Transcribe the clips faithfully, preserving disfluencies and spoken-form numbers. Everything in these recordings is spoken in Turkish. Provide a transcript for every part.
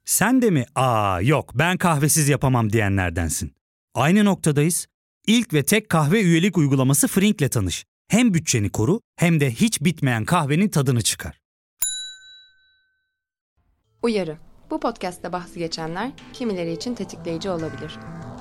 Sen de mi "Aa yok ben kahvesiz yapamam" diyenlerdensin? Aynı noktadayız. İlk ve tek kahve üyelik uygulaması Frink'le tanış. Hem bütçeni koru hem de hiç bitmeyen kahvenin tadını çıkar. Uyarı. Bu podcast'ta bahsi geçenler kimileri için tetikleyici olabilir.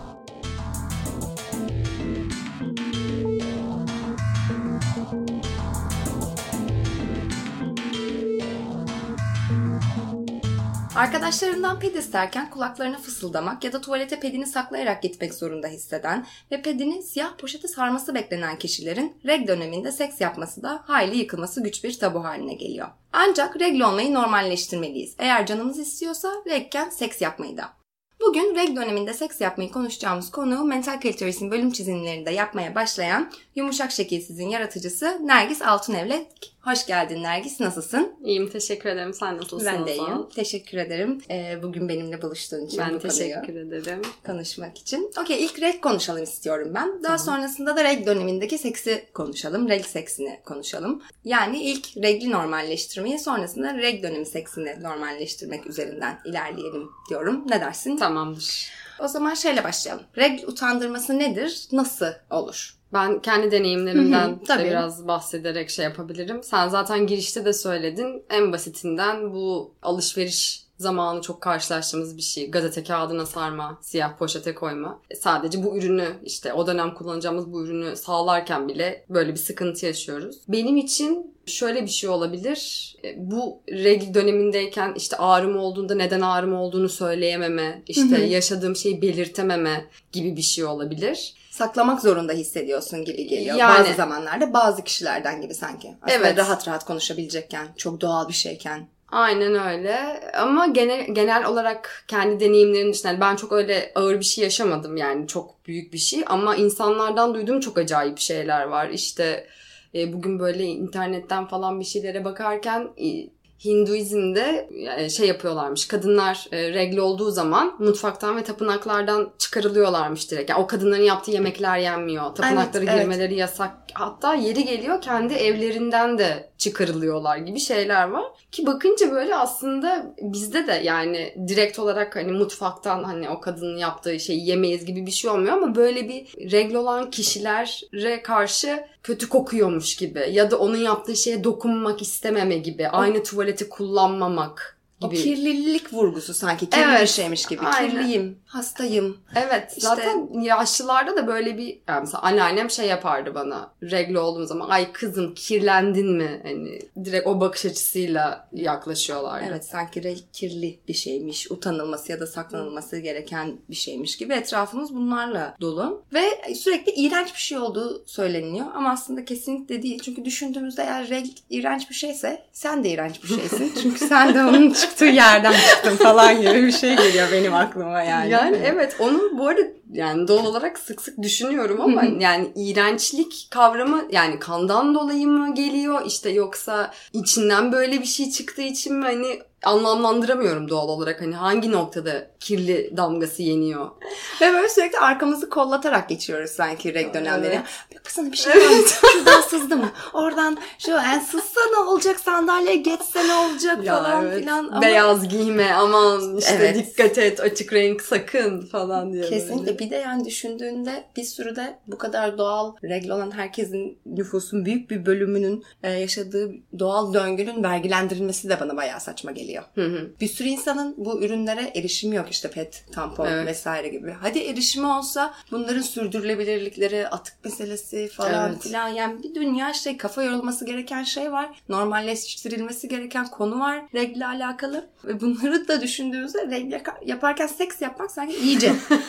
Arkadaşlarından ped isterken kulaklarına fısıldamak ya da tuvalete pedini saklayarak gitmek zorunda hisseden ve pedini siyah poşete sarması beklenen kişilerin reg döneminde seks yapması da hayli yıkılması güç bir tabu haline geliyor. Ancak regl olmayı normalleştirmeliyiz. Eğer canımız istiyorsa regken seks yapmayı da. Bugün reg döneminde seks yapmayı konuşacağımız konu Mental Clitoris'in bölüm çizimlerinde yapmaya başlayan Yumuşak Şekilsiz'in yaratıcısı Nergis Altunev'le. Hoş geldin Nergis, nasılsın? İyiyim, teşekkür ederim. Sen nasılsın? Ben de iyiyim. Teşekkür ederim. Ee, bugün benimle buluştuğun için. Ben teşekkür ederim. Konuşmak için. Okey, ilk reg konuşalım istiyorum ben. Daha tamam. Sonrasında da reg dönemindeki seksi konuşalım. Reg seksini konuşalım. Yani ilk regli normalleştirmeyi, sonrasında reg dönemi seksini normalleştirmek üzerinden ilerleyelim diyorum. Ne dersin? Tamamdır. O zaman şöyle başlayalım. Reg utandırması nedir? Nasıl olur? Ben kendi deneyimlerimden hı hı, de biraz bahsederek şey yapabilirim. Sen zaten girişte de söyledin. En basitinden bu alışveriş zamanı çok karşılaştığımız bir şey. Gazete kağıdına sarma, siyah poşete koyma. E sadece bu ürünü, işte o dönem kullanacağımız bu ürünü sağlarken bile böyle bir sıkıntı yaşıyoruz. Benim için şöyle bir şey olabilir. Bu regl dönemindeyken işte ağrım olduğunda neden ağrım olduğunu söyleyememe, işte hı hı. yaşadığım şeyi belirtememe gibi bir şey olabilir. Saklamak zorunda hissediyorsun gibi geliyor. Yani, bazı zamanlarda bazı kişilerden gibi sanki. Aslında evet. Rahat rahat konuşabilecekken, çok doğal bir şeyken. Aynen öyle. Ama genel genel olarak kendi deneyimlerim dışında ben çok öyle ağır bir şey yaşamadım, yani çok büyük bir şey. Ama insanlardan duyduğum çok acayip şeyler var. İşte e, bugün böyle internetten falan bir şeylere bakarken E, Hinduizm'de şey yapıyorlarmış. Kadınlar regl olduğu zaman mutfaktan ve tapınaklardan çıkarılıyorlarmış direkt. Yani o kadınların yaptığı yemekler yenmiyor. Tapınaklara evet, girmeleri evet. yasak. Hatta yeri geliyor kendi evlerinden de çıkarılıyorlar gibi şeyler var. Ki bakınca böyle aslında bizde de yani direkt olarak hani mutfaktan hani o kadının yaptığı şeyi yemeyiz gibi bir şey olmuyor ama böyle bir regl olan kişilere karşı kötü kokuyormuş gibi ya da onun yaptığı şeye dokunmak istememe gibi, o, aynı tuvaleti kullanmamak gibi. O kirlilik vurgusu sanki kirli evet, bir şeymiş gibi. Aynen. Kirliyim, hastayım. Evet, işte, zaten yaşlılarda da böyle bir, yani mesela anneannem şey yapardı bana regl olduğum zaman, ay kızım kirlendin mi? Hani direkt o bakış açısıyla yaklaşıyorlar. Evet, sanki regl kirli bir şeymiş, utanılması ya da saklanılması gereken bir şeymiş gibi etrafımız bunlarla dolu. Ve sürekli iğrenç bir şey olduğu söyleniyor ama aslında kesinlikle değil. Çünkü düşündüğümüzde eğer regl iğrenç bir şeyse sen de iğrenç bir şeysin. Çünkü sen de onun çıktığı yerden çıktın falan gibi bir şey geliyor benim aklıma yani. Yani evet, onu bu arada yani doğal olarak sık sık düşünüyorum ama yani iğrençlik kavramı yani kandan dolayı mı geliyor işte, yoksa içinden böyle bir şey çıktığı için mi, hani anlamlandıramıyorum doğal olarak, hani hangi noktada kirli damgası yeniyor. Ve böyle sürekli arkamızı kollatarak geçiyoruz sanki reg dönemleri. Evet. Kızım bir şey var mı? Şuradan sızdı mı? Oradan şu yani sızsa ne olacak, sandalyeye geçse ne olacak ya falan evet. filan. Ama... Beyaz giyme, aman işte evet. dikkat et, açık renk sakın falan diye. Kesinlikle böyle. Bir de yani düşündüğünde bir sürü de bu kadar doğal regl olan herkesin, nüfusun büyük bir bölümünün yaşadığı doğal döngünün vergilendirilmesi de bana bayağı saçma geliyor. Hı hı. Bir sürü insanın bu ürünlere erişimi yok, işte pet, tampon evet. vesaire gibi. Hadi erişimi olsa bunların sürdürülebilirlikleri, atık meselesi falan evet. filan, yani bir dünya şey, kafa yorulması gereken şey var. Normalleştirilmesi gereken konu var regle alakalı. Ve bunları da düşündüğümüzde regle yaparken seks yapmak sanki iyice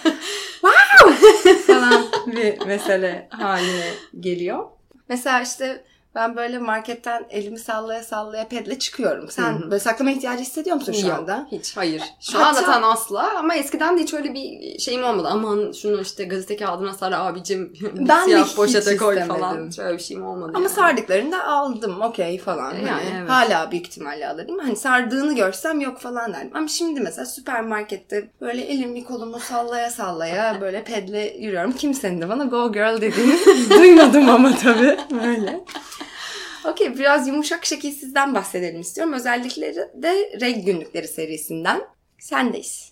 wow falan bir mesele haline geliyor. Mesela işte ben böyle marketten elimi sallaya sallaya pedle çıkıyorum. Sen Hı-hı. böyle saklama ihtiyacı hissediyor musun şu Yok, anda? Hiç, hayır. Şu Hatta... anda zaten asla, ama eskiden de hiç öyle bir şeyim olmadı. Aman şunu işte gazete kağıdına sar abicim, siyah poşete koy falan. Şöyle bir şeyim olmadı. Ama yani. Sardıklarında aldım, okey falan. Yani, hani evet. Hala büyük ihtimalle alırım. Hani sardığını görsem yok falan derdim. Ama şimdi mesela süpermarkette böyle elimi kolumu sallaya sallaya böyle pedle yürüyorum. Kimsenin de bana go girl dediğini duymadım ama tabii böyle. Okey, biraz Yumuşak Şekilsiz'den bahsedelim istiyorum. Özellikle de Reg Günlükleri serisinden. Sendeyiz.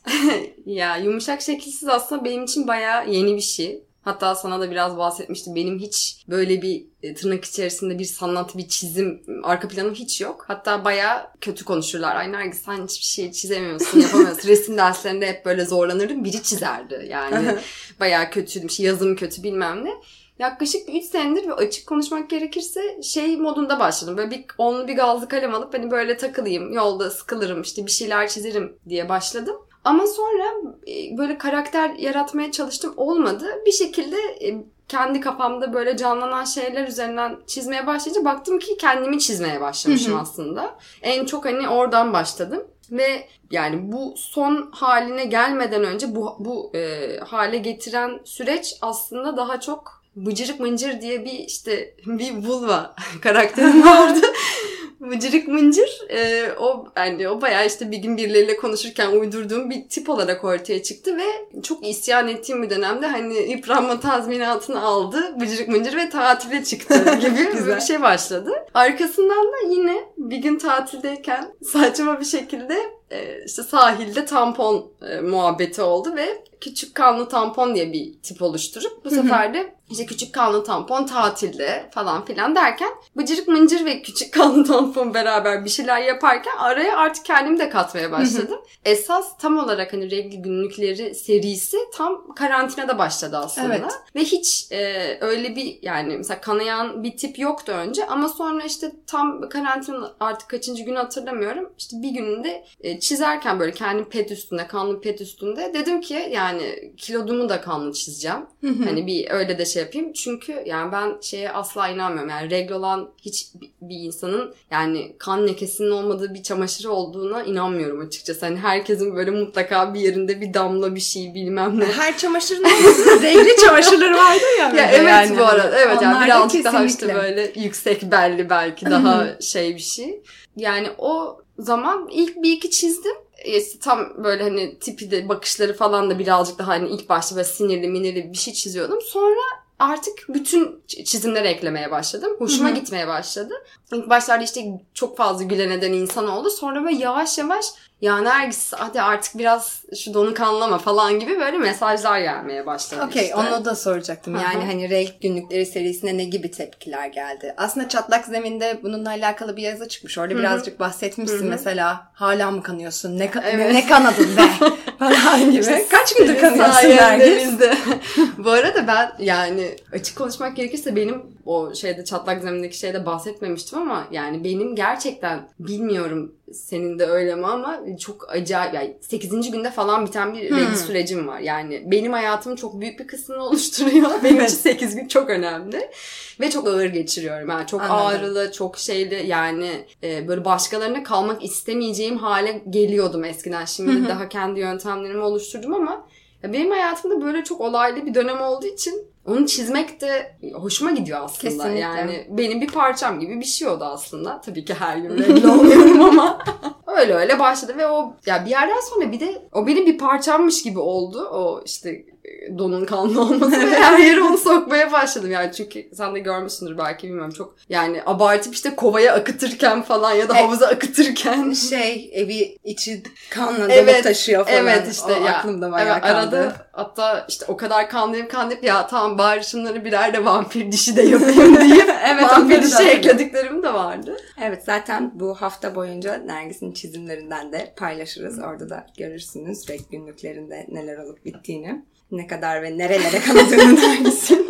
Ya yumuşak şekilsiz aslında benim için bayağı yeni bir şey. Hatta sana da biraz bahsetmiştim. Benim hiç böyle bir tırnak içerisinde bir sanat, bir çizim, arka planım hiç yok. Hatta bayağı kötü konuşurlar. Ay Nergis sen hiçbir şey çizemiyorsun, yapamıyorsun. Resim derslerinde hep böyle zorlanırdım. Biri çizerdi yani. Bayağı kötüydüm. Yazım kötü bilmem ne. Yaklaşık üç senedir ve açık konuşmak gerekirse şey modunda başladım. Böyle bir onlu bir gazlı kalem alıp hani böyle takılayım, yolda sıkılırım, işte bir şeyler çizerim diye başladım. Ama sonra böyle karakter yaratmaya çalıştım, olmadı. Bir şekilde kendi kafamda böyle canlanan şeyler üzerinden çizmeye başlayınca baktım ki kendimi çizmeye başlamışım aslında. En çok hani oradan başladım. Ve yani bu son haline gelmeden önce bu, bu e, hale getiren süreç aslında daha çok Bıcırık Mıncır diye bir işte bir vulva karakterim vardı. Bıcırık Mıncır e, o yani o bayağı işte bir gün birileriyle konuşurken uydurduğum bir tip olarak ortaya çıktı ve çok isyan ettiğim bir dönemde hani yıpranma tazminatını aldı Bıcırık Mıncır ve tatile çıktı gibi bir şey başladı. Arkasından da yine bir gün tatildeyken saçma bir şekilde e, işte sahilde tampon e, muhabbeti oldu ve küçük kanlı tampon diye bir tip oluşturup bu sefer de işte küçük kanlı tampon tatilde falan filan derken Bıcırık Mıncır ve küçük kanlı tampon beraber bir şeyler yaparken araya artık kendimi de katmaya başladım. Esas tam olarak hani regl günlükleri serisi tam karantinada başladı aslında. Evet. Ve hiç e, öyle bir yani mesela kanayan bir tip yoktu önce ama sonra işte tam karantina artık kaçıncı gün hatırlamıyorum. İşte bir gününde e, çizerken böyle kendim pet üstünde, kanlı pet üstünde dedim ki yani kilodumu da kanlı çizeceğim. Hani bir öyle de şey yapayım. Çünkü yani ben şeye asla inanmıyorum. Yani regl olan hiç bir insanın yani kan lekesinin olmadığı bir çamaşırı olduğuna inanmıyorum açıkçası. Hani herkesin böyle mutlaka bir yerinde bir damla bir şey bilmem ne. Her çamaşırın olmasın. Renkli çamaşırları vardı ya. Ya evet yani. Bu arada. Evet yani birazcık daha işte böyle yüksek belli belki daha şey bir şey. Yani o zaman ilk bir iki çizdim. İşte tam böyle hani tipi de bakışları falan da birazcık daha hani ilk başta böyle sinirli minirli bir şey çiziyordum. Sonra artık bütün çizimleri eklemeye başladım. Hoşuma Hı-hı. gitmeye başladı. İlk başlarda işte çok fazla gülen eden insan oldu. Sonra böyle yavaş yavaş ya Nergis hadi artık biraz şu donu kanlama falan gibi böyle mesajlar gelmeye başladı. Okey işte. Onu da soracaktım. Yani Hı-hı. hani regl günlükleri serisine ne gibi tepkiler geldi? Aslında Çatlak Zemin'de bununla alakalı bir yazı çıkmış. Orada Hı-hı. birazcık bahsetmişsin. Hı-hı. Mesela hala mı kanıyorsun? Ne, ka- evet. ne, ne kanadın be? Falan gibi. İşte kaç gündür kanıyorsun Nergis? Bu arada ben yani açık konuşmak gerekirse benim o şeyde Çatlak Zemin'deki şeyde bahsetmemiştim ama yani benim gerçekten bilmiyorum senin de öyle mi ama çok acayip yani sekizinci günde falan biten bir hmm. regl sürecim var. Yani benim hayatımın çok büyük bir kısmını oluşturuyor. Benim için sekiz gün çok önemli. Ve çok ağır geçiriyorum. Yani çok Anladım. ağrılı, çok şeyli yani e, böyle başkalarına kalmak istemeyeceğim hale geliyordum eskiden. Şimdi daha kendi yöntemlerimi oluşturdum ama ya benim hayatımda böyle çok olaylı bir dönem olduğu için onu çizmek de hoşuma gidiyor aslında. Kesinlikle. Yani benim bir parçam gibi bir şey oldu aslında. Tabii ki her gün regl olmuyorum ama öyle öyle başladı ve o ya bir yerden sonra bir de o benim bir parçammış gibi oldu. O işte donun kanlı olması ve her yere onu sokmaya başladım yani çünkü sen de görmüşsündür belki bilmiyorum çok yani abartıp işte kovaya akıtırken falan ya da havuza akıtırken şey evi içi kanla dolup evet, taşıyor falan. Evet işte o ya aklımda bayağı evet, arada hatta işte o kadar kanlayıp kanlayıp ya tamam bari şunları birer de vampir dişi de yapayım deyip evet, vampir dişi eklediklerim de vardı. Evet zaten bu hafta boyunca Nergis'in çizimlerinden de paylaşırız. Orada da görürsünüz regl günlüklerinde neler olup bittiğini. Ne kadar ve nerelere kanadığını Nergis'in.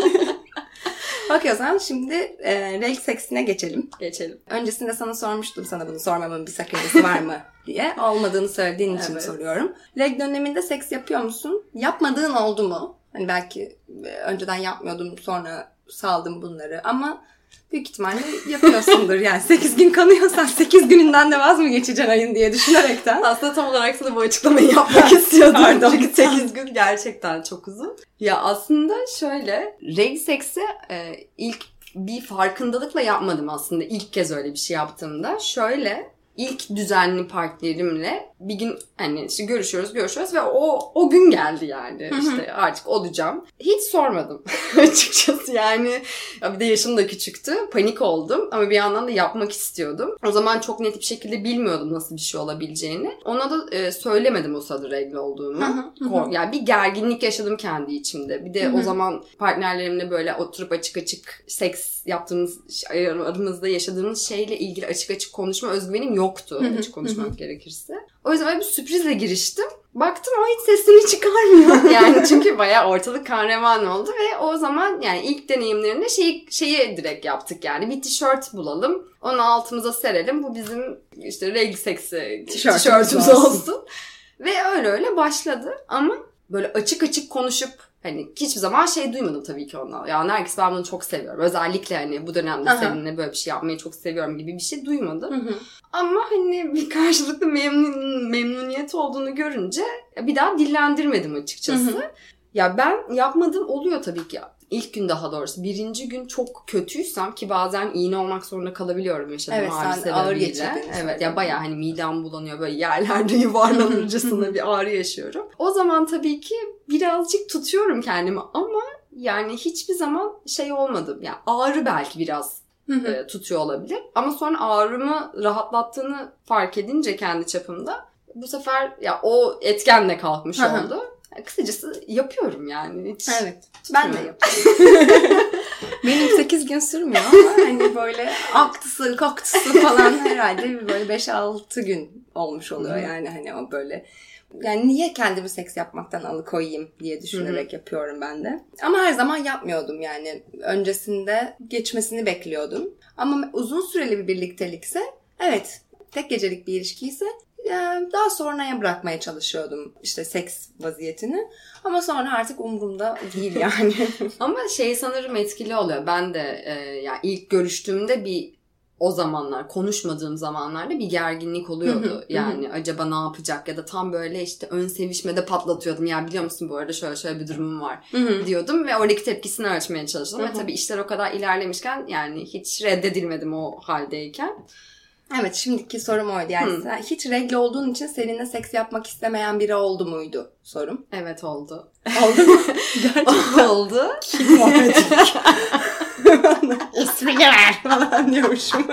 Okey o zaman şimdi e, regl seksine geçelim. Geçelim. Öncesinde sana sormuştum sana bunu sormamın bir sakıncası var mı diye. Olmadığını söylediğin için evet. soruyorum. Regl döneminde seks yapıyor musun? Yapmadığın oldu mu? Hani belki önceden yapmıyordum sonra saldım bunları ama büyük ihtimalle yapıyorsundur yani. sekiz gün kanıyorsan sekiz gününden de vaz mı geçeceksin ayın diye düşünerekten. Aslında tam olarak sana bu açıklamayı yapmak istiyordum. Pardon. Çünkü sekiz gün gerçekten çok uzun. Ya aslında şöyle regl seksi e, ilk bir farkındalıkla yapmadım aslında. İlk kez öyle bir şey yaptığımda. Şöyle ilk düzenli partnerimle bir gün hani işte görüşüyoruz görüşüyoruz ve o o gün geldi yani. İşte artık olacağım. Hiç sormadım açıkçası yani. Ya bir de yaşım da küçüktü. Panik oldum ama bir yandan da yapmak istiyordum. O zaman çok net bir şekilde bilmiyordum nasıl bir şey olabileceğini. Ona da e, söylemedim o sırada regle olduğumu. Yani bir gerginlik yaşadım kendi içimde. Bir de o zaman partnerlerimle böyle oturup açık açık seks yaptığımız, aramızda yaşadığımız şeyle ilgili açık açık konuşma özgüvenim yoktu. Açık konuşmak gerekirse. O yüzden böyle bir sürprizle giriştim. Baktım o hiç sesini çıkarmıyor. Yani çünkü bayağı ortalık kan revan oldu ve o zaman yani ilk deneyimlerinde şeyi, şeyi direkt yaptık yani. Bir tişört bulalım. Onu altımıza serelim. Bu bizim işte regl seksi tişörtümüz, tişörtümüz olsun. olsun. Ve öyle öyle başladı. Ama böyle açık açık konuşup hani hiçbir zaman şey duymadım tabii ki ondan. Ya Nergis ben bunu çok seviyorum. Özellikle hani bu dönemde Aha. seninle böyle bir şey yapmayı çok seviyorum gibi bir şey duymadım. Hı hı. Ama hani bir karşılıklı memnun, memnuniyet olduğunu görünce bir daha dillendirmedim açıkçası. Hı hı. Ya ben yapmadım oluyor tabii ki. İlk gün daha doğrusu. Birinci gün çok kötüysem ki bazen iğne olmak zorunda kalabiliyorum yaşadığım evet, ağrı sebebiyle. Ağır geçirdin. Evet ya bayağı hani midem bulanıyor böyle yerlerde yuvarlanırcasına bir ağrı yaşıyorum. O zaman tabii ki birazcık tutuyorum kendimi ama yani hiçbir zaman şey olmadı. Yani ağrı belki biraz e, tutuyor olabilir. Ama sonra ağrımı rahatlattığını fark edince kendi çapımda bu sefer ya o etkenle kalkmış oldu. Kısacası yapıyorum yani. Hiç evet. Ben de yapıyorum. Benim sekiz gün sürmüyor ama hani böyle aktısı kaktısı falan herhalde böyle beş altı gün olmuş oluyor. Yani hani o böyle yani niye kendimi seks yapmaktan alıkoyayım diye düşünerek Hı-hı. yapıyorum ben de. Ama her zaman yapmıyordum yani. Öncesinde geçmesini bekliyordum. Ama uzun süreli bir birliktelikse evet tek gecelik bir ilişkiyse daha sonraya bırakmaya çalışıyordum işte seks vaziyetini. Ama sonra artık umurumda değil yani. Ama şey sanırım etkili oluyor. Ben de e, yani ilk görüştüğümde bir o zamanlar konuşmadığım zamanlarda bir gerginlik oluyordu. Yani acaba ne yapacak ya da tam böyle işte ön sevişmede patlatıyordum. Ya biliyor musun bu arada şöyle şöyle bir durumum var diyordum ve oradaki tepkisini ölçmeye çalıştım. Ve tabii işler o kadar ilerlemişken yani hiç reddedilmedim o haldeyken. Evet şimdiki sorum oydu. Yani hmm. hiç regl olduğun için seninle seks yapmak istemeyen biri oldu muydu sorum? Evet oldu. Oldu mu? Gerçekten. Oldu. Kim vardı? İsmini ver falan diyormuşum.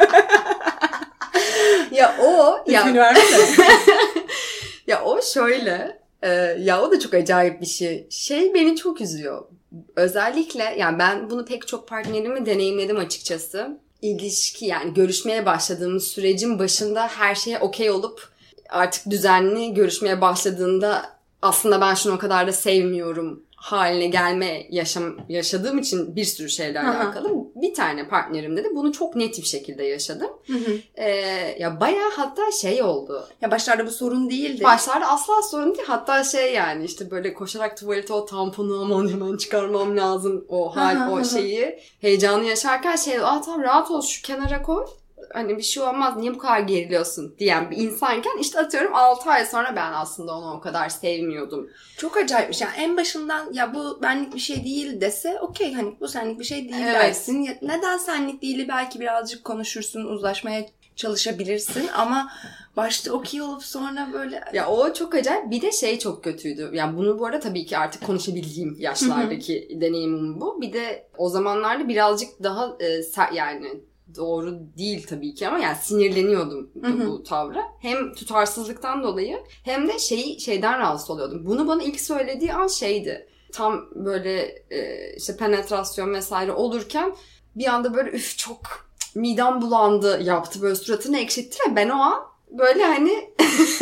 ya o. İsmini ya... vermesene. ya o şöyle. E, ya o da çok acayip bir şey. Şey beni çok üzüyor. Özellikle yani ben bunu pek çok partnerimi deneyimledim açıkçası. İlişki yani görüşmeye başladığımız sürecin başında her şeye okey olup artık düzenli görüşmeye başladığında aslında ben şunu o kadar da sevmiyorum haline gelme yaşam yaşadığım için bir sürü şeylerle alakalı. Bir tane partnerimde de bunu çok net bir şekilde yaşadım. Hı hı. Ee, ya bayağı hatta şey oldu. Ya başlarda bu sorun değildi. Başlarda asla sorun değil. Hatta şey yani işte böyle koşarak tuvalete o tamponu aman hemen çıkarmam lazım o hal o şeyi heyecanı yaşarken şey aa tamam rahat ol şu kenara koy. Hani bir şey olmaz niye bu kadar geriliyorsun diyen bir insanken işte atıyorum altı ay sonra ben aslında onu o kadar sevmiyordum. Çok acayipmiş yani en başından ya bu benlik bir şey değil dese okey hani bu senlik bir şey değil evet. dersin. Neden senlik değili belki birazcık konuşursun uzlaşmaya çalışabilirsin ama başta okey olup sonra böyle... Ya o çok acayip. Bir de şey çok kötüydü. Yani bunu bu arada tabii ki artık konuşabildiğim yaşlardaki deneyimim bu. Bir de o zamanlarda birazcık daha e, yani... Doğru değil tabii ki ama yani sinirleniyordum bu, bu tavra. Hem tutarsızlıktan dolayı hem de şey şeyden rahatsız oluyordum. Bunu bana ilk söylediği an şeydi. Tam böyle e, işte penetrasyon vesaire olurken bir anda böyle üf çok midem bulandı yaptı böyle suratını ekşitti ve ben o an böyle hani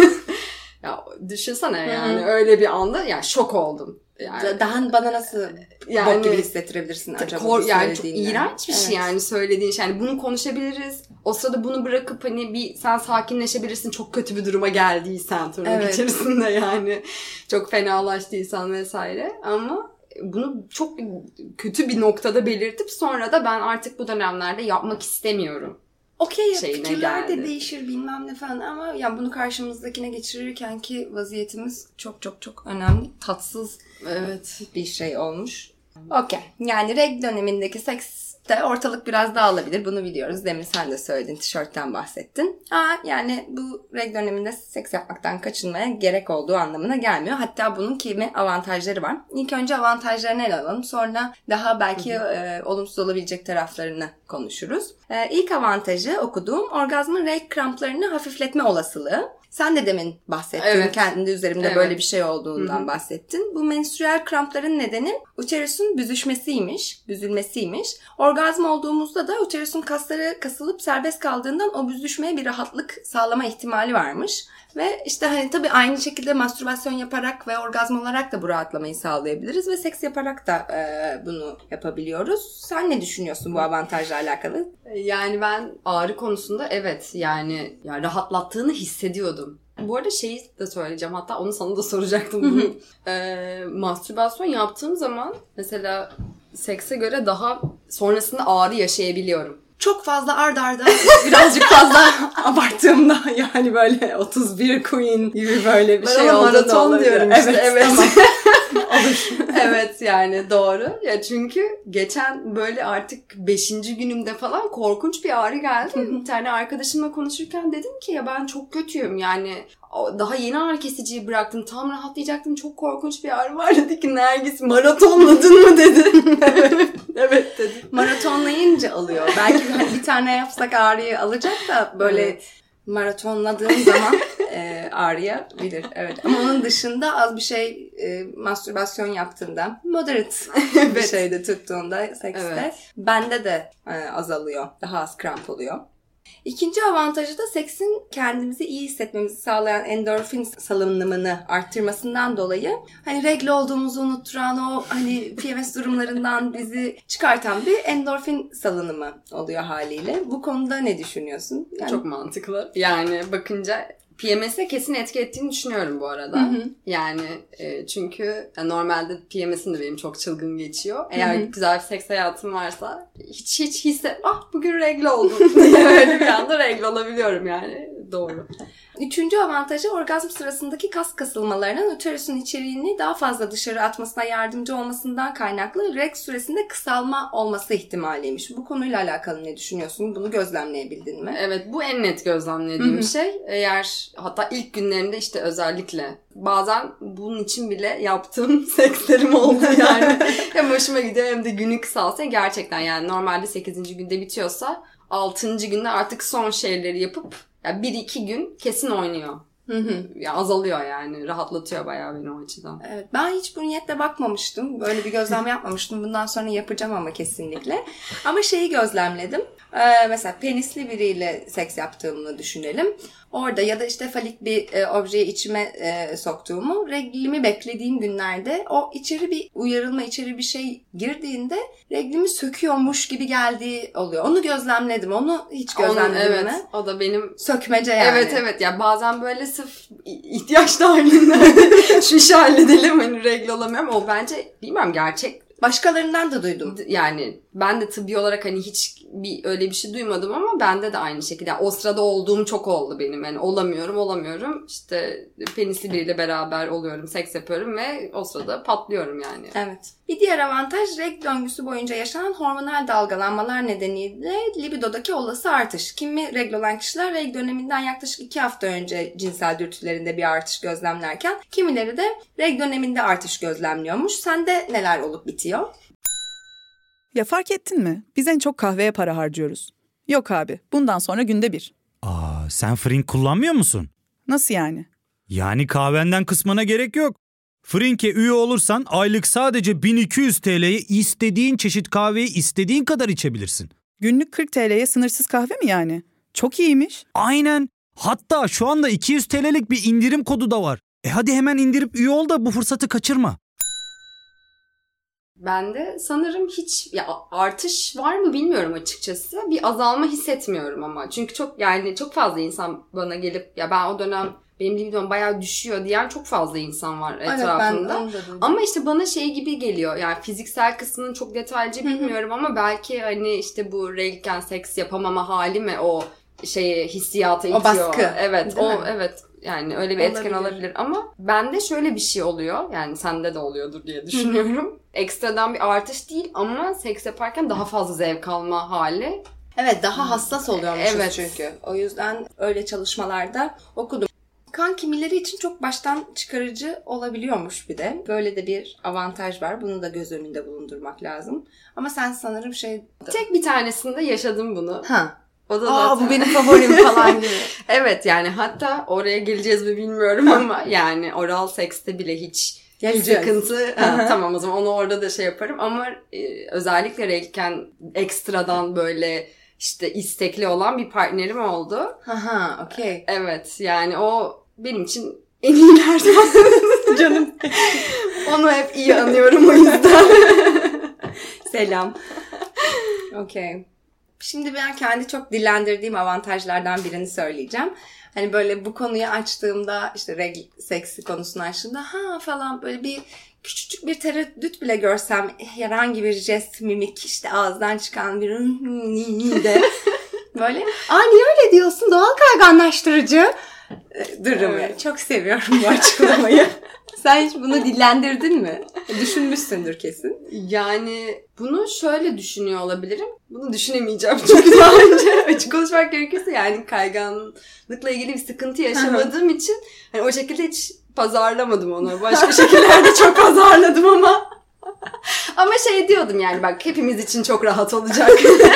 ya düşünsene yani öyle bir anda yani şok oldum. Yani, daha bana nasıl yani, bok gibi hissettirebilirsin acaba? Kor, yani çok iğrenç bir evet. şey yani söylediğin şey. Yani bunu konuşabiliriz. O sırada bunu bırakıp hani bir sen sakinleşebilirsin. Çok kötü bir duruma geldiysen tırnak evet. içerisinde yani. Çok fenalaştıysan vesaire. Ama bunu çok kötü bir noktada belirtip sonra da ben artık bu dönemlerde yapmak istemiyorum. Okey fikirler de değişir bilmem ne falan ama yani bunu karşımızdakine geçirirken ki vaziyetimiz çok çok çok önemli. Tatsız evet. bir şey olmuş. Okey. Yani regl dönemindeki seks de ortalık biraz dağılabilir. Bunu biliyoruz. Demin sen de söyledin. Tişörtten bahsettin. Aa, yani bu reg döneminde seks yapmaktan kaçınmaya gerek olduğu anlamına gelmiyor. Hatta bunun kimi avantajları var. İlk önce avantajlarını ele alalım. Sonra daha belki e, olumsuz olabilecek taraflarını konuşuruz. E, ilk avantajı okuduğum orgazmın reg kramplarını hafifletme olasılığı. Sen de demin bahsettin. Evet. Kendi üzerimde evet. böyle bir şey olduğundan Hı-hı. bahsettin. Bu menstrüel krampların nedeni uterusun büzüşmesiymiş, büzülmesiymiş. Orgazm olduğumuzda da uterusun kasları kasılıp serbest kaldığından o büzüşmeye bir rahatlık sağlama ihtimali varmış. Ve işte hani tabii aynı şekilde mastürbasyon yaparak ve orgazm olarak da bu rahatlamayı sağlayabiliriz ve seks yaparak da e, bunu yapabiliyoruz. Sen ne düşünüyorsun bu avantajla alakalı? Yani ben ağrı konusunda evet yani, yani rahatlattığını hissediyordum. Bu arada şeyi de söyleyeceğim, hatta onu sana da soracaktım bunu. e, mastürbasyon yaptığım zaman mesela sekse göre daha sonrasında ağrı yaşayabiliyorum. Çok fazla ard arda birazcık fazla abarttığımda yani böyle otuz bir Queen gibi böyle bir ben şey olduğunda maraton diyorum işte. Evet. evet. Tamam. Olur. Evet yani doğru. Ya çünkü geçen böyle artık beşinci günümde falan korkunç bir ağrı geldi. Bir tane arkadaşımla konuşurken dedim ki ya ben çok kötüyüm yani daha yeni ağrı kesiciyi bıraktım. Tam rahatlayacaktım. Çok korkunç bir ağrı var. Dedi ki Nergis maratonladın mı dedi. evet, evet dedi. Maratonlayınca alıyor. Belki bir tane yapsak ağrıyı alacak da böyle evet. maratonladığın zaman e, ağrıyabilir. Evet. Ama onun dışında az bir şey e, mastürbasyon yaptığında moderate evet. bir şeyde tuttuğunda sekste evet. bende de e, azalıyor. Daha az kramp oluyor. İkinci avantajı da seksin kendimizi iyi hissetmemizi sağlayan endorfin salınımını arttırmasından dolayı hani regl olduğumuzu unutturan o hani P M S durumlarından bizi çıkartan bir endorfin salınımı oluyor haliyle. Bu konuda ne düşünüyorsun? Yani... Çok mantıklı. Yani bakınca P M S'e kesin etki ettiğini düşünüyorum bu arada. Hı hı. Yani e, çünkü yani normalde P M S'im de benim çok çılgın geçiyor. Eğer hı hı. güzel bir seks hayatım varsa hiç hiç hisset, ah bugün regl oldum diye öyle bir anda regl olabiliyorum yani. Doğru. Üçüncü avantajı orgazm sırasındaki kas kasılmalarının uterusun içeriğini daha fazla dışarı atmasına yardımcı olmasından kaynaklı reg süresinde kısalma olması ihtimaliymiş. Bu konuyla alakalı ne düşünüyorsun? Bunu gözlemleyebildin mi? Evet, bu en net gözlemlediğim Hı-hı. şey. Eğer hatta ilk günlerinde işte özellikle bazen bunun için bile yaptığım sekslerim oldu yani. Hem hoşuma gidiyor hem de günü kısalsa gerçekten yani normalde sekizinci günde bitiyorsa altıncı günde artık son şeyleri yapıp ya bir iki gün kesin oynuyor. Hı hı. Ya azalıyor yani. Rahatlatıyor bayağı beni o açıdan. Evet, ben hiç bu niyetle bakmamıştım. Böyle bir gözlem yapmamıştım. Bundan sonra yapacağım ama kesinlikle. Ama şeyi gözlemledim. Ee, mesela penisli biriyle seks yaptığımı düşünelim. Orada ya da işte falik bir e, objeyi içime e, soktuğumu, reglimi beklediğim günlerde o içeri bir uyarılma, içeri bir şey girdiğinde reglimi söküyormuş gibi geldiği oluyor. Onu gözlemledim. Onu hiç gözlemledin evet, mi? O da benim... Sökmece yani. Evet evet. Ya bazen böyle sırf ihtiyaç dahilinden şu işi halledelim hani regl olamıyorum. O bence bilmiyorum gerçek. Başkalarından da duydum. Yani ben de tıbbi olarak hani hiç bir öyle bir şey duymadım ama bende de aynı şekilde. Yani o sırada olduğum çok oldu benim. Yani olamıyorum, olamıyorum. İşte penisli biriyle beraber oluyorum, seks yapıyorum ve o sırada patlıyorum yani. Evet. Bir diğer avantaj reg döngüsü boyunca yaşanan hormonal dalgalanmalar nedeniyle libidodaki olası artış. Kimi regl olan kişiler reg döneminden yaklaşık iki hafta önce cinsel dürtülerinde bir artış gözlemlerken kimileri de reg döneminde artış gözlemliyormuş. Sende neler olup bitiyor? Ya fark ettin mi? Biz en çok kahveye para harcıyoruz. Yok abi, bundan sonra günde bir. Aa, sen Frink kullanmıyor musun? Nasıl yani? Yani kahvenden kısmına gerek yok. Frink'e üye olursan aylık sadece bin iki yüz T L'ye istediğin çeşit kahveyi istediğin kadar içebilirsin. Günlük kırk T L'ye sınırsız kahve mi yani? Çok iyiymiş. Aynen. Hatta şu anda iki yüz T L'lik bir indirim kodu da var. E hadi hemen indirip üye ol da bu fırsatı kaçırma. Ben de sanırım hiç ya artış var mı bilmiyorum açıkçası. Bir azalma hissetmiyorum ama. Çünkü çok yani çok fazla insan bana gelip ya ben o dönem benim libidom bayağı düşüyor diyen çok fazla insan var etrafımda. Evet, ama işte bana şey gibi geliyor. Yani fiziksel kısmını çok detaylıca bilmiyorum ama belki hani işte bu reglken seks yapamama hali mi o şeyi hissiyatı itiyor. O baskı. Evet, değil o mi? evet. Yani öyle bir etken Olabilir. olabilir ama bende şöyle bir şey oluyor. Yani sende de oluyordur diye düşünüyorum. Ekstradan bir artış değil ama seks yaparken daha fazla zevk alma hali. Evet, daha hassas oluyormuşuz Evet. çünkü. O yüzden öyle çalışmalarda okudum. Kan kimileri için çok baştan çıkarıcı olabiliyormuş bir de. Böyle de bir avantaj var. Bunu da göz önünde bulundurmak lazım. Ama sen sanırım şey... Tek bir tanesinde yaşadım bunu. Ha. O da Aa zaten... bu benim favorim falan gibi. Evet yani hatta oraya geleceğiz mi bilmiyorum ama yani oral sekste bile hiç Geleceğiz. sıkıntı. Ha, tamam o zaman onu orada da şey yaparım ama e, özellikle reglken ekstradan böyle işte istekli olan bir partnerim oldu. Aha, okey. Evet yani o benim için en iyilerden. Canım. Onu hep iyi anıyorum o yüzden. Selam. Okey. Şimdi ben kendi çok dillendirdiğim avantajlardan birini söyleyeceğim. Hani böyle bu konuyu açtığımda işte regl seksi konusunu açtığımda ha falan böyle bir küçücük bir tereddüt bile görsem herhangi bir jest, mimik işte ağızdan çıkan bir de böyle aa niye öyle diyorsun doğal kayganlaştırıcı durumu. Evet. Çok seviyorum bu açıklamayı. Sen hiç bunu dillendirdin mi? Düşünmüşsündür kesin. Yani bunu şöyle düşünüyor olabilirim. Bunu düşünemeyeceğim çünkü daha önce açık konuşmak gerekirse yani kayganlıkla ilgili bir sıkıntı yaşamadığım için hani o şekilde hiç pazarlamadım onu. Başka şekillerde çok pazarladım ama ama şey diyordum yani bak hepimiz için çok rahat olacak.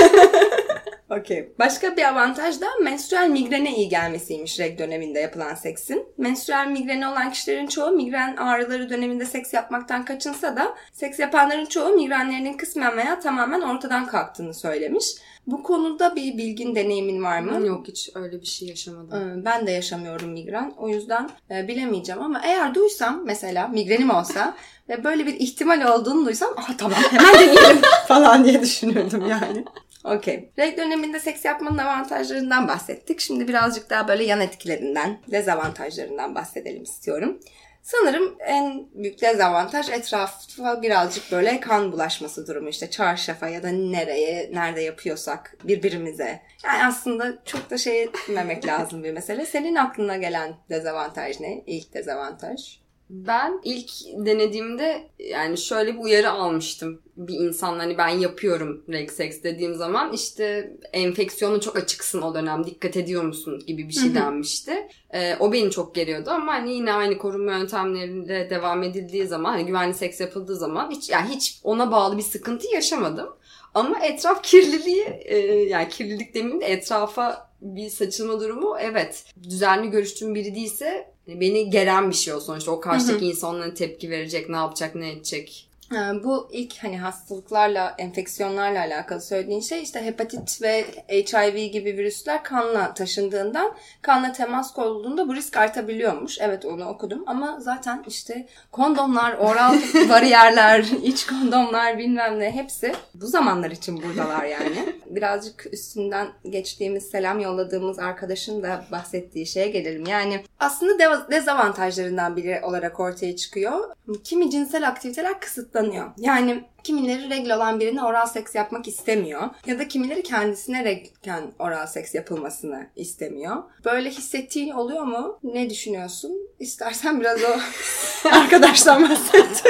Okey. Başka bir avantaj da menstrüel migrene iyi gelmesiymiş reg döneminde yapılan seksin. Menstrüel migreni olan kişilerin çoğu migren ağrıları döneminde seks yapmaktan kaçınsa da seks yapanların çoğu migrenlerinin kısmen veya tamamen ortadan kalktığını söylemiş. Bu konuda bir bilgin, deneyimin var mı? Yok hiç öyle bir şey yaşamadım. Ben de yaşamıyorum migren. O yüzden e, bilemeyeceğim ama eğer duysam mesela migrenim olsa ve böyle bir ihtimal olduğunu duysam ah tamam hemen deneyelim falan diye düşünürdüm yani. Okey. Reg döneminde seks yapmanın avantajlarından bahsettik. Şimdi birazcık daha böyle yan etkilerinden, dezavantajlarından bahsedelim istiyorum. Sanırım en büyük dezavantaj etrafa birazcık böyle kan bulaşması durumu. İşte çarşafa ya da nereye, nerede yapıyorsak birbirimize. Yani aslında çok da şey etmemek lazım bir mesele. Senin aklına gelen dezavantaj ne? İlk dezavantaj. Ben ilk denediğimde yani şöyle bir uyarı almıştım bir insan hani ben yapıyorum reg seks dediğim zaman işte enfeksiyona çok açıksın o dönem dikkat ediyor musun gibi bir şey Hı hı. denmişti. Ee, o beni çok geriyordu ama hani yine aynı korunma yöntemlerinde devam edildiği zaman hani güvenli seks yapıldığı zaman hiç yani hiç ona bağlı bir sıkıntı yaşamadım. Ama etraf kirliliği e, yani kirlilik demeyeyim de etrafa bir saçılma durumu evet düzenli görüştüğüm biri değilse beni geren bir şey o sonuçta. O karşıdaki insanlara tepki verecek, ne yapacak, ne edecek. Bu ilk hani hastalıklarla, enfeksiyonlarla alakalı söylediğin şey işte hepatit ve H I V gibi virüsler kanla taşındığından kanla temas kurulduğunda bu risk artabiliyormuş. Evet onu okudum ama zaten işte kondomlar, oral bariyerler, iç kondomlar bilmem ne hepsi bu zamanlar için buradalar yani. Birazcık üstünden geçtiğimiz selam yolladığımız arkadaşın da bahsettiği şeye gelelim. Yani aslında dezavantajlarından biri olarak ortaya çıkıyor. Kimi cinsel aktiviteler kısıtlanıyor. Yani kimileri regl olan birine oral seks yapmak istemiyor. Ya da kimileri kendisine reglken oral seks yapılmasını istemiyor. Böyle hissettiğin oluyor mu? Ne düşünüyorsun? İstersen biraz o arkadaştan bahset.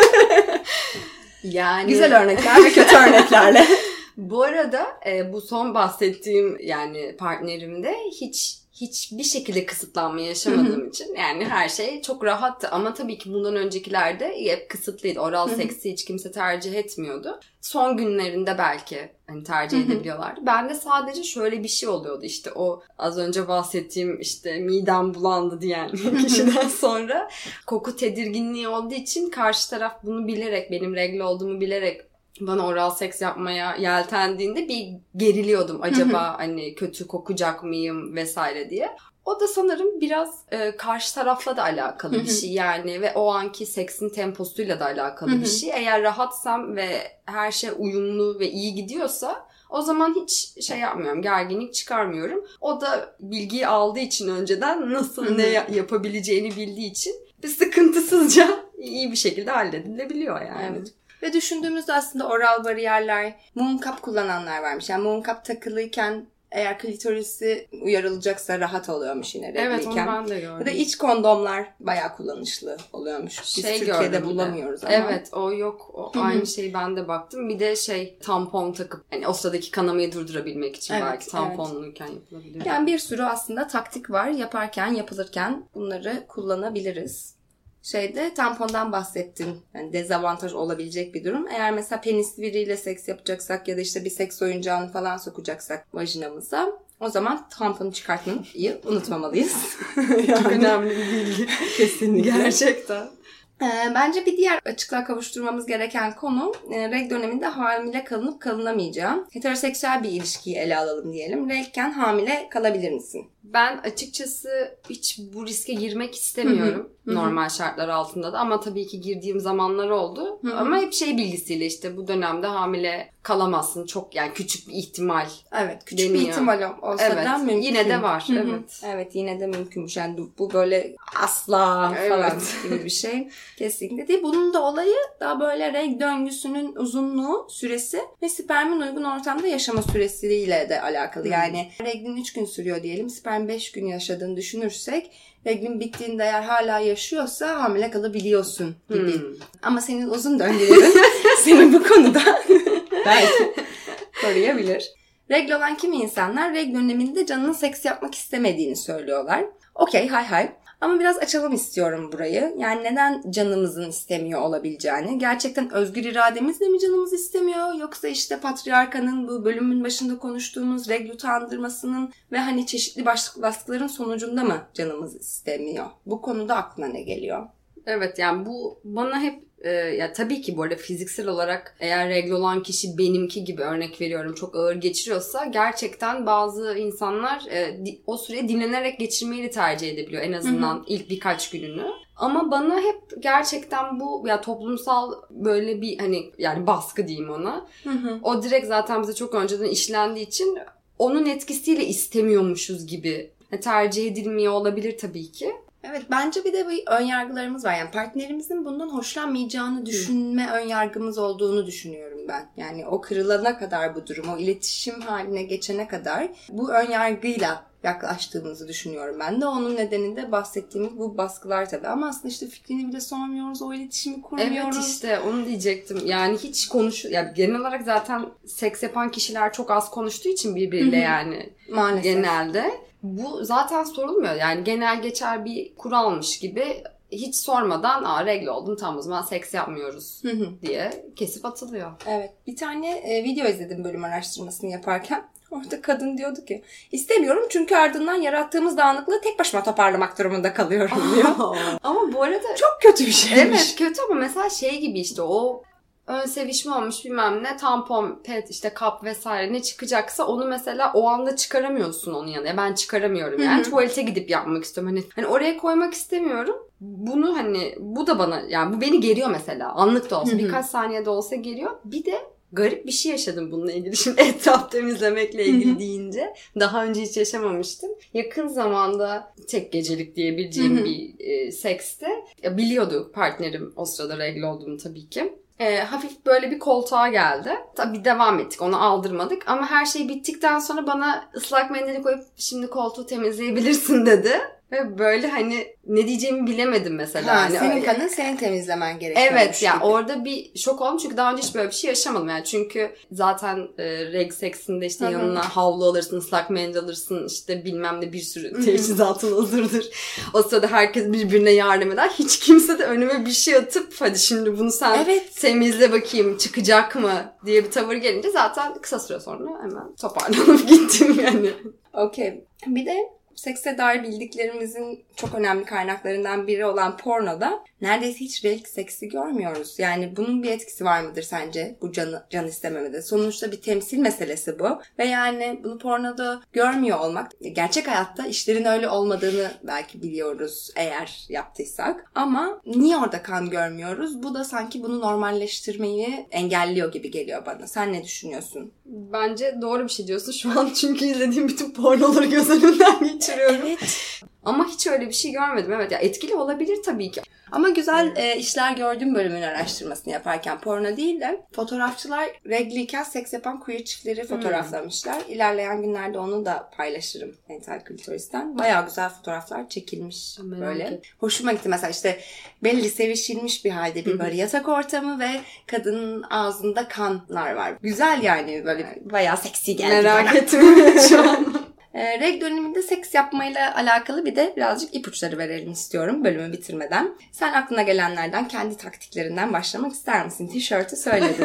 Yani... Güzel örnekler ve kötü örneklerle. Bu arada e, bu son bahsettiğim yani partnerimde hiç hiçbir şekilde kısıtlanma yaşamadığım için yani her şey çok rahattı ama tabii ki bundan öncekilerde hep kısıtlıydı. Oral seksi hiç kimse tercih etmiyordu. Son günlerinde belki hani tercih edebiliyorlardı. Bende sadece şöyle bir şey oluyordu işte o az önce bahsettiğim işte midem bulandı diyen kişiden sonra koku tedirginliği olduğu için karşı taraf bunu bilerek benim regl olduğumu bilerek bana oral seks yapmaya yeltendiğinde bir geriliyordum. Acaba hani kötü kokacak mıyım vesaire diye. O da sanırım biraz e, karşı tarafla da alakalı bir şey yani ve o anki seksin temposuyla da alakalı bir şey. Eğer rahatsam ve her şey uyumlu ve iyi gidiyorsa o zaman hiç şey yapmıyorum, gerginlik çıkarmıyorum. O da bilgiyi aldığı için önceden nasıl ne yapabileceğini bildiği için bir sıkıntısızca iyi bir şekilde halledilebiliyor yani. Evet. Ve düşündüğümüzde aslında oral bariyerler, mum kap kullananlar varmış. Yani mum kap takılıyken eğer klitorisi uyarılacaksa rahat oluyormuş yine regliyken. Evet, onu ben de gördüm. Ya da iç kondomlar bayağı kullanışlı oluyormuş. Biz şey Türkiye'de bulamıyoruz ama. Evet, o yok. O aynı şeyi ben de baktım. Bir de şey tampon takıp hani o sıradaki kanamayı durdurabilmek için evet, belki tamponluyken evet. yapılabilir. Yani bir sürü aslında taktik var. Yaparken, yapılırken bunları kullanabiliriz. Şeyde tampondan bahsettin. Yani dezavantaj olabilecek bir durum. Eğer mesela penisli biriyle seks yapacaksak ya da işte bir seks oyuncağını falan sokacaksak vajinamıza, o zaman tamponu çıkartmayı unutmamalıyız. Yani, çok önemli bir bilgi. Kesinlikle. Gerçekten. Bence bir diğer açıklığa kavuşturmamız gereken konu regl döneminde hamile kalınıp kalınamayacağı. Heteroseksüel bir ilişkiyi ele alalım diyelim. Reglken hamile kalabilir misin? Ben açıkçası hiç bu riske girmek istemiyorum. Hı hı. Normal şartlar altında da. Ama tabii ki girdiğim zamanlar oldu. Hı hı. Ama hep şey bilgisiyle işte bu dönemde hamile kalamazsın. Çok yani küçük bir ihtimal. Evet, küçük deniyor. bir ihtimal olsa evet, da mümkün. Yine de var. Hı hı. Evet. Evet, yine de mümkünmüş. Yani bu böyle asla evet. falan gibi bir şey. Kesinlikle değil. Bunun da olayı daha böyle regl döngüsünün uzunluğu, süresi ve spermin uygun ortamda yaşama süresiyle de alakalı. Hmm. Yani reglin üç gün sürüyor diyelim. Sperm beş gün yaşadığını düşünürsek reglin bittiğinde eğer hala yaşıyorsa hamile kalabiliyorsun gibi. Hmm. Ama senin uzun döngülerin seni bu konuda belki koruyabilir. Regl olan kimi insanlar regl döneminde canının seks yapmak istemediğini söylüyorlar. Okey, hay hay. Ama biraz açalım istiyorum burayı. Yani neden canımızın istemiyor olabileceğini. Gerçekten özgür irademizle mi canımız istemiyor? Yoksa işte patriarkanın bu bölümün başında konuştuğumuz regl utandırmasının ve hani çeşitli baskıların sonucunda mı canımız istemiyor? Bu konuda aklına ne geliyor? Evet, yani bu bana hep e, ya tabii ki bu arada fiziksel olarak eğer regl olan kişi benimki gibi örnek veriyorum çok ağır geçiriyorsa gerçekten bazı insanlar e, di, o süreyi dinlenerek geçirmeyi de tercih edebiliyor en azından hı hı. ilk birkaç gününü. Ama bana hep gerçekten bu ya toplumsal böyle bir hani yani baskı diyeyim ona. Hı hı. O direkt zaten bize çok önceden işlendiği için onun etkisiyle istemiyormuşuz gibi tercih edilmiyor olabilir tabii ki. Evet, bence bir de bir önyargılarımız var. Yani partnerimizin bundan hoşlanmayacağını düşünme Hı. önyargımız olduğunu düşünüyorum ben. Yani o kırılana kadar bu durum, o iletişim haline geçene kadar bu önyargıyla yaklaştığımızı düşünüyorum ben de. Onun nedeninde bahsettiğimiz bu baskılar tabii. Ama aslında işte fikrini bile sormuyoruz, o iletişimi kurmuyoruz. Evet, işte onu diyecektim. Yani hiç konuş... Yani genel olarak zaten seks yapan kişiler çok az konuştuğu için birbiriyle Hı-hı. yani maalesef. Genelde. Bu zaten sorulmuyor. Yani genel geçer bir kuralmış gibi hiç sormadan aa regl oldum tamam o zaman seks yapmıyoruz diye kesip atılıyor. Evet. Bir tane e, video izledim bölüm araştırmasını yaparken. Orada kadın diyordu ki istemiyorum çünkü ardından yarattığımız dağınıklığı tek başıma toparlamak durumunda kalıyorum diyor. Ama bu arada çok kötü bir şeymiş. Evet kötü ama mesela şey gibi işte o ön sevişme olmuş bilmem ne tampon, pet, işte kap vesaire ne çıkacaksa onu mesela o anda çıkaramıyorsun onun yanına. Ben çıkaramıyorum yani. Hı-hı. Tuvalete gidip yapmak istiyorum. Hani, hani oraya koymak istemiyorum. Bunu hani bu da bana yani bu beni geriyor mesela. Anlık da olsa Hı-hı. birkaç saniyede olsa geriyor. Bir de garip bir şey yaşadım bununla ilgili. Şimdi etraf temizlemekle ilgili Hı-hı. deyince daha önce hiç yaşamamıştım. Yakın zamanda tek gecelik diyebileceğim Hı-hı. bir e, sekste ya, biliyordu partnerim o sırada regl olduğumu tabii ki. E, hafif böyle bir koltuğa geldi. Tabii devam ettik. Onu aldırmadık. Ama her şey bittikten sonra bana ıslak mendili koyup şimdi koltuğu temizleyebilirsin dedi. Ve böyle hani ne diyeceğimi bilemedim mesela. Ha, hani senin öyle. kadın senin temizlemen gerekiyormuş Evet ya yani orada bir şok oldum çünkü daha önce hiç böyle bir şey yaşamadım yani çünkü zaten e, regl seksinde işte Hı-hı. yanına havlu alırsın, ıslak mendil alırsın işte bilmem ne bir sürü teçhizatın hazırdır. O sırada herkes birbirine yardım eder. Hiç kimse de önüme bir şey atıp hadi şimdi bunu sen evet. temizle bakayım çıkacak mı diye bir tavır gelince zaten kısa süre sonra hemen toparlanıp gittim yani. Okey. Bir de sekse dair bildiklerimizin çok önemli kaynaklarından biri olan pornoda neredeyse hiç regl seksi görmüyoruz. Yani bunun bir etkisi var mıdır sence bu canı, can istememede? Sonuçta bir temsil meselesi bu. Ve yani bunu pornoda görmüyor olmak, gerçek hayatta işlerin öyle olmadığını belki biliyoruz eğer yaptıysak. Ama niye orada kan görmüyoruz? Bu da sanki bunu normalleştirmeyi engelliyor gibi geliyor bana. Sen ne düşünüyorsun? Bence doğru bir şey diyorsun şu an çünkü izlediğim bütün pornoları göz önünden geçiriyorum. Evet. Ama hiç öyle bir şey görmedim. Evet ya, etkili olabilir tabii ki. Ama güzel e, işler gördüğüm bölümün araştırmasını yaparken porno değil de fotoğrafçılar regliyken seks yapan queer çiftleri fotoğraflamışlar. Hmm. İlerleyen günlerde onu da paylaşırım Entel Klitoris'ten. Bayağı güzel fotoğraflar çekilmiş Merak böyle. et. Hoşuma gitti mesela işte belli sevişilmiş bir halde bir böyle yatak ortamı ve kadının ağzında kanlar var. Güzel yani, böyle bayağı seksi geldi Merak bana. ettim şu an. E, reg döneminde seks yapmayla alakalı bir de birazcık ipuçları verelim istiyorum bölümü bitirmeden. Sen aklına gelenlerden, kendi taktiklerinden başlamak ister misin? Tişörtü söyledin.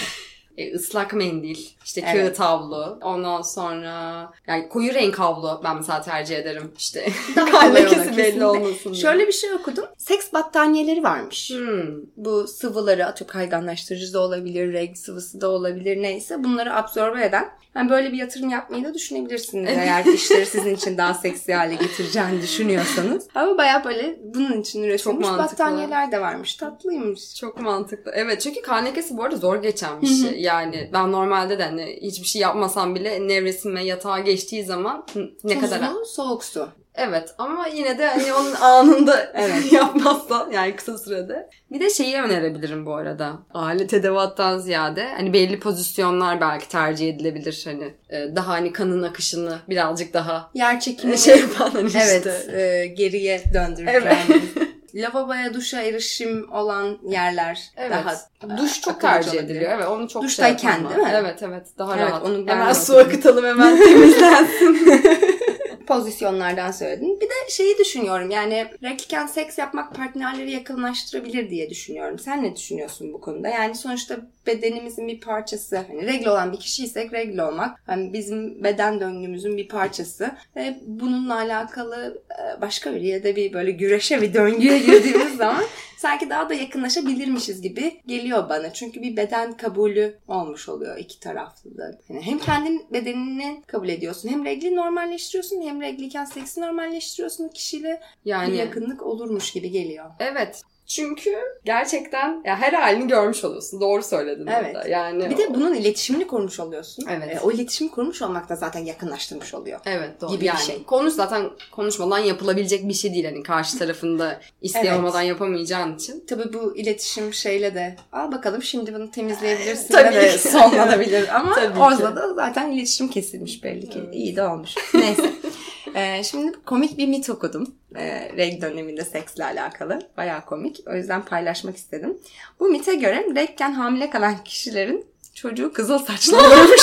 E, ıslak mendil, işte Evet. kağıt havlu, ondan sonra yani koyu renk havlu ben mesela tercih ederim. İşte Daha kolay olur, lekesi belli kesinlikle. olmasın diye. Şöyle bir şey okudum. Seks battaniyeleri varmış. Hmm. Bu sıvıları, atıyorum kayganlaştırıcı da olabilir, reg sıvısı da olabilir, neyse bunları absorbe eden. Yani böyle bir yatırım yapmayı da düşünebilirsiniz eğer işleri sizin için daha seksi hale getireceğini düşünüyorsanız. Ama bayağı böyle bunun için üretilmiş battaniyeler de varmış. Tatlıymış. Çok mantıklı. Evet, çünkü kan lekesi bu arada zor geçen bir şey. Yani ben normalde de hani hiçbir şey yapmasam bile nevresim yatağa geçtiği zaman ne Tuzlu, kadar... soğuk su. Evet, ama yine de hani onun anında Evet. yapmazsan yani kısa sürede. Bir de şeyi önerebilirim bu arada. Alet edevattan ziyade hani belli pozisyonlar belki tercih edilebilir. Hani e, daha hani kanın akışını birazcık daha Yer çekimi. şey yapan hani Evet, işte. e, geriye döndüreceğimiz. Evet. Lavaboya, duşa erişim olan yerler Evet. daha duş çok akıllıca tercih olabilir. ediliyor. Evet, onu çok Duştayken şey yapmam. değil mi? Evet, evet. Daha Evet, rahat. onu ben Hemen de su okudum. akıtalım, hemen temizlensin. Pozisyonlardan söyledin. Bir de şeyi düşünüyorum, yani regliken seks yapmak partnerleri yakınlaştırabilir diye düşünüyorum. Sen ne düşünüyorsun bu konuda? Yani sonuçta bedenimizin bir parçası. Hani regl olan bir kişiysek regl olmak hani bizim beden döngümüzün bir parçası. Ve bununla alakalı başka biriyle de bir böyle güreşe, bir döngüye girdiğimiz zaman sanki daha da yakınlaşabilirmişiz gibi geliyor bana. Çünkü bir beden kabulü olmuş oluyor iki taraflı da. Yani hem kendin bedenini kabul ediyorsun, hem regli normalleştiriyorsun, hem regliyken seksi normalleştiriyorsun, kişiyle Yani bir yakınlık olurmuş gibi geliyor. evet. Çünkü gerçekten ya her halini görmüş oluyorsun. Doğru söyledin Evet. orada. Yani Bir de bunun iletişimini kurmuş oluyorsun. Evet. E, o iletişimi kurmuş olmak da zaten yakınlaştırmış oluyor. evet, doğru. Gibi yani, bir şey. Konuş zaten konuşmadan yapılabilecek bir şey değil. Hani karşı tarafında isteyemeden Evet. yapamayacağın için. Tabii bu iletişim şeyle de al bakalım şimdi bunu temizleyebilirsin Tabii de ki. sonlanabilir. Ama Tabii orada ki. da zaten iletişim kesilmiş belli ki. Evet. İyi de olmuş. Neyse. Ee, şimdi komik bir mit okudum. Ee, reg döneminde seksle alakalı. Bayağı komik. O yüzden paylaşmak istedim. Bu mite göre regken hamile kalan kişilerin çocuğu kızıl saçlı olurmuş.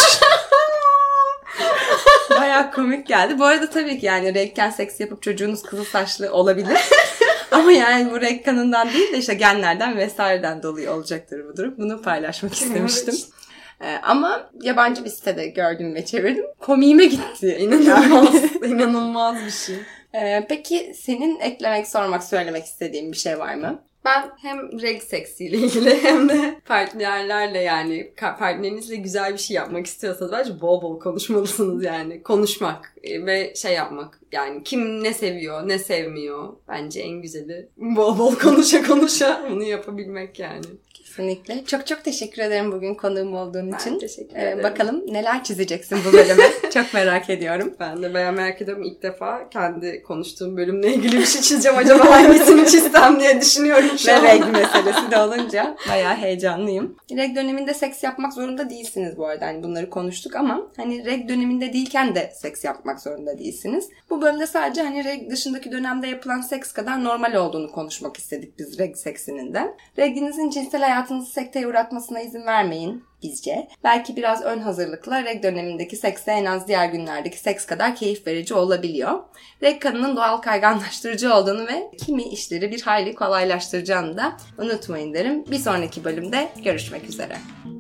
Bayağı komik geldi. Bu arada tabii ki yani regken seks yapıp çocuğunuz kızıl saçlı olabilir. Ama yani bu reg kanından değil de işte genlerden vesaireden dolayı olacaktır bu durum. Bunu paylaşmak istemiştim. Evet. Ee, ama yabancı bir sitede gördüm ve çevirdim. Komiğime gitti. İnanılmaz. inanılmaz bir şey. Ee, peki senin eklemek, sormak, söylemek istediğin bir şey var mı? Ben hem reg seksiyle ilgili hem de partnerlerle, yani partnerinizle güzel bir şey yapmak istiyorsanız bence bol bol konuşmalısınız yani. Konuşmak ve şey yapmak. Yani kim ne seviyor, ne sevmiyor. Bence en güzeli bol bol konuşa konuşa bunu yapabilmek yani. Kesinlikle. Çok çok teşekkür ederim bugün konuğum olduğun Ben için. teşekkür Ee, ederim. bakalım neler çizeceksin bu bölüme. Çok merak ediyorum. Ben de bayağı merak ediyorum. İlk defa kendi konuştuğum bölümle ilgili bir şey çizeceğim. Acaba hangisini çizsem diye düşünüyorum şu Ve an. reg meselesi de olunca bayağı heyecanlıyım. Reg döneminde seks yapmak zorunda değilsiniz bu arada. Hani bunları konuştuk ama hani reg döneminde değilken de seks yapmak zorunda değilsiniz. Bu bölümde sadece hani reg dışındaki dönemde yapılan seks kadar normal olduğunu konuşmak istedik biz reg seksinin de. Reginizin cinsel hayatınızı sekteye uğratmasına izin vermeyin bizce. Belki biraz ön hazırlıkla reg dönemindeki seks de en az diğer günlerdeki seks kadar keyif verici olabiliyor. Reg kanının doğal kayganlaştırıcı olduğunu ve kimi işleri bir hayli kolaylaştıracağını da unutmayın derim. Bir sonraki bölümde görüşmek üzere.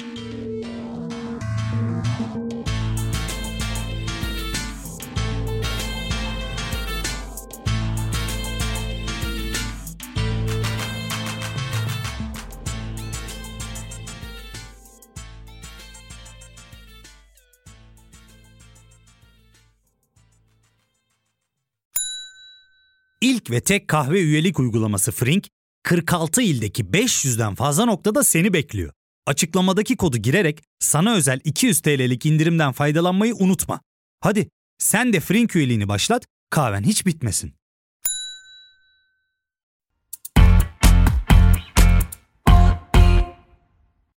İlk ve tek kahve üyelik uygulaması Frink, kırk altı ildeki beş yüzden fazla noktada seni bekliyor. Açıklamadaki kodu girerek sana özel iki yüz TL'lik indirimden faydalanmayı unutma. Hadi sen de Frink üyeliğini başlat, kahven hiç bitmesin.